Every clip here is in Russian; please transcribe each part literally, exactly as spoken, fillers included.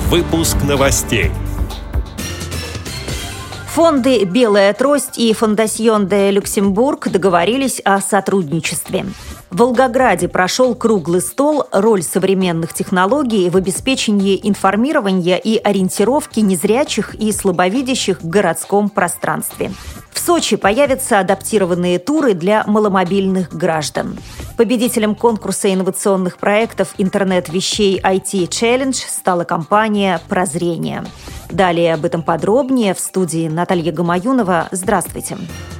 Выпуск новостей. Фонды «Белая трость» и «Фондасьон де Люксембург» договорились о сотрудничестве. В Волгограде прошел круглый стол «Роль современных технологий в обеспечении информирования и ориентировки незрячих и слабовидящих в городском пространстве». В Сочи появятся адаптированные туры для маломобильных граждан. Победителем конкурса инновационных проектов интернет-вещей ай ти Challenge стала компания «Прозрение». Далее об этом подробнее в студии Наталья Гамаюнова. Здравствуйте.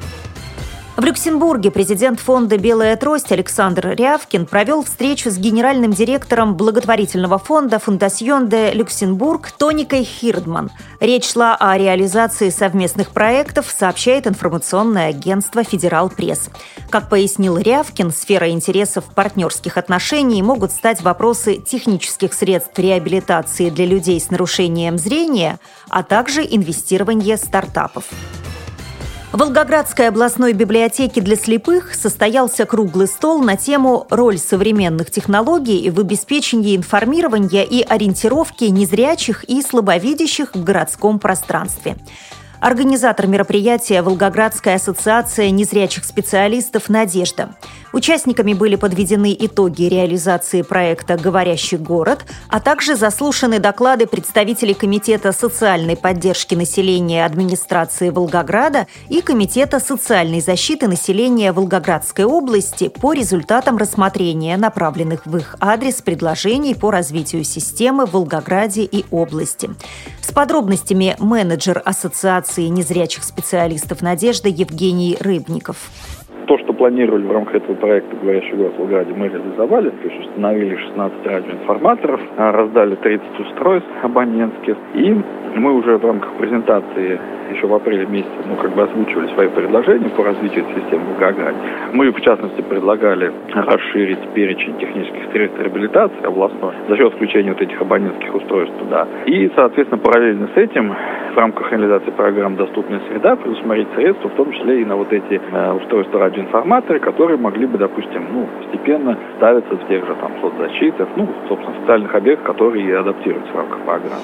В Люксембурге президент фонда «Белая трость» Александр Рявкин провел встречу с генеральным директором благотворительного фонда «Фондасьон де Люксембург» Тоникой Хирдман. Речь шла о реализации совместных проектов, сообщает информационное агентство «Федерал Пресс». Как пояснил Рявкин, сферой интересов партнерских отношений могут стать вопросы технических средств реабилитации для людей с нарушением зрения, а также инвестирование стартапов. В Волгоградской областной библиотеке для слепых состоялся круглый стол на тему «Роль современных технологий в обеспечении информирования и ориентировки незрячих и слабовидящих в городском пространстве». Организатор мероприятия – Волгоградская ассоциация незрячих специалистов «Надежда». Участниками были подведены итоги реализации проекта «Говорящий город», а также заслушаны доклады представителей Комитета социальной поддержки населения администрации Волгограда и Комитета социальной защиты населения Волгоградской области по результатам рассмотрения направленных в их адрес предложений по развитию системы в Волгограде и области. С подробностями менеджер Ассоциации незрячих специалистов «Надежда» Евгений Рыбников. То, что планировали в рамках этого проекта «Говорящий город» в Волгограде, мы реализовали. То есть установили шестнадцать радиоинформаторов, раздали тридцать устройств абонентских. И мы уже в рамках презентации еще в апреле месяце ну, как бы озвучивали свои предложения по развитию этой системы в Волгограде. Мы, в частности, предлагали расширить перечень технических средств реабилитации областной за счет включения вот этих абонентских устройств туда. И, соответственно, параллельно с этим в рамках реализации программы «Доступная среда» предусмотреть средства, в том числе и на вот эти э, устройства радиоинформаторы, которые могли бы, допустим, ну, постепенно ставиться в тех же там соцзащитах, ну, собственно, социальных объектах, которые и адаптируются в рамках программы.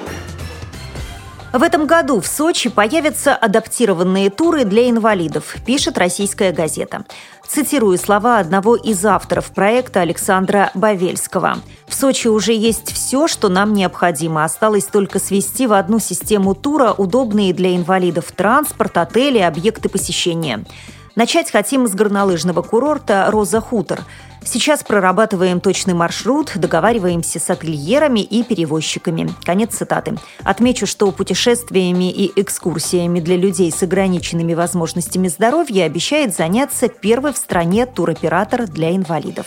В этом году в Сочи появятся адаптированные туры для инвалидов, пишет «Российская газета». Цитирую слова одного из авторов проекта Александра Бавельского. «В Сочи уже есть все, что нам необходимо. Осталось только свести в одну систему тура удобные для инвалидов транспорт, отели, объекты посещения. Начать хотим с горнолыжного курорта «Роза-Хутор». Сейчас прорабатываем точный маршрут, договариваемся с ательерами и перевозчиками». Конец цитаты. Отмечу, что путешествиями и экскурсиями для людей с ограниченными возможностями здоровья обещает заняться первый в стране туроператор для инвалидов.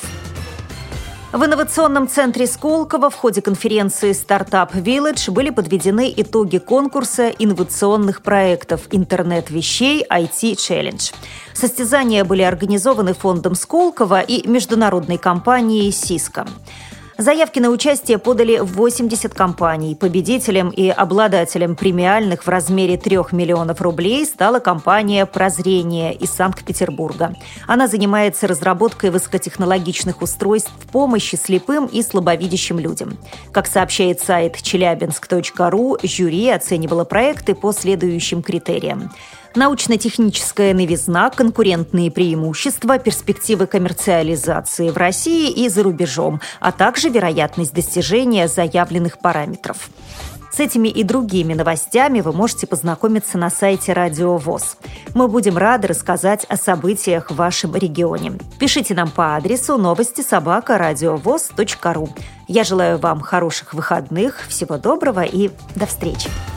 В инновационном центре Сколково в ходе конференции «Стартап Village» были подведены итоги конкурса инновационных проектов интернет-вещей ай ти Challenge. Состязания были организованы фондом Сколково и международной компанией Cisco. Заявки на участие подали восемьдесят компаний. Победителем и обладателем премиальных в размере трех миллионов рублей стала компания «Прозрение» из Санкт-Петербурга. Она занимается разработкой высокотехнологичных устройств в помощи слепым и слабовидящим людям. Как сообщает сайт челябинск точка ру, жюри оценивало проекты по следующим критериям: научно-техническая новизна, конкурентные преимущества, перспективы коммерциализации в России и за рубежом, а также вероятность достижения заявленных параметров. С этими и другими новостями вы можете познакомиться на сайте Радио ВОС. Мы будем рады рассказать о событиях в вашем регионе. Пишите нам по адресу новости собака радиовос точка ру. Я желаю вам хороших выходных, всего доброго и до встречи.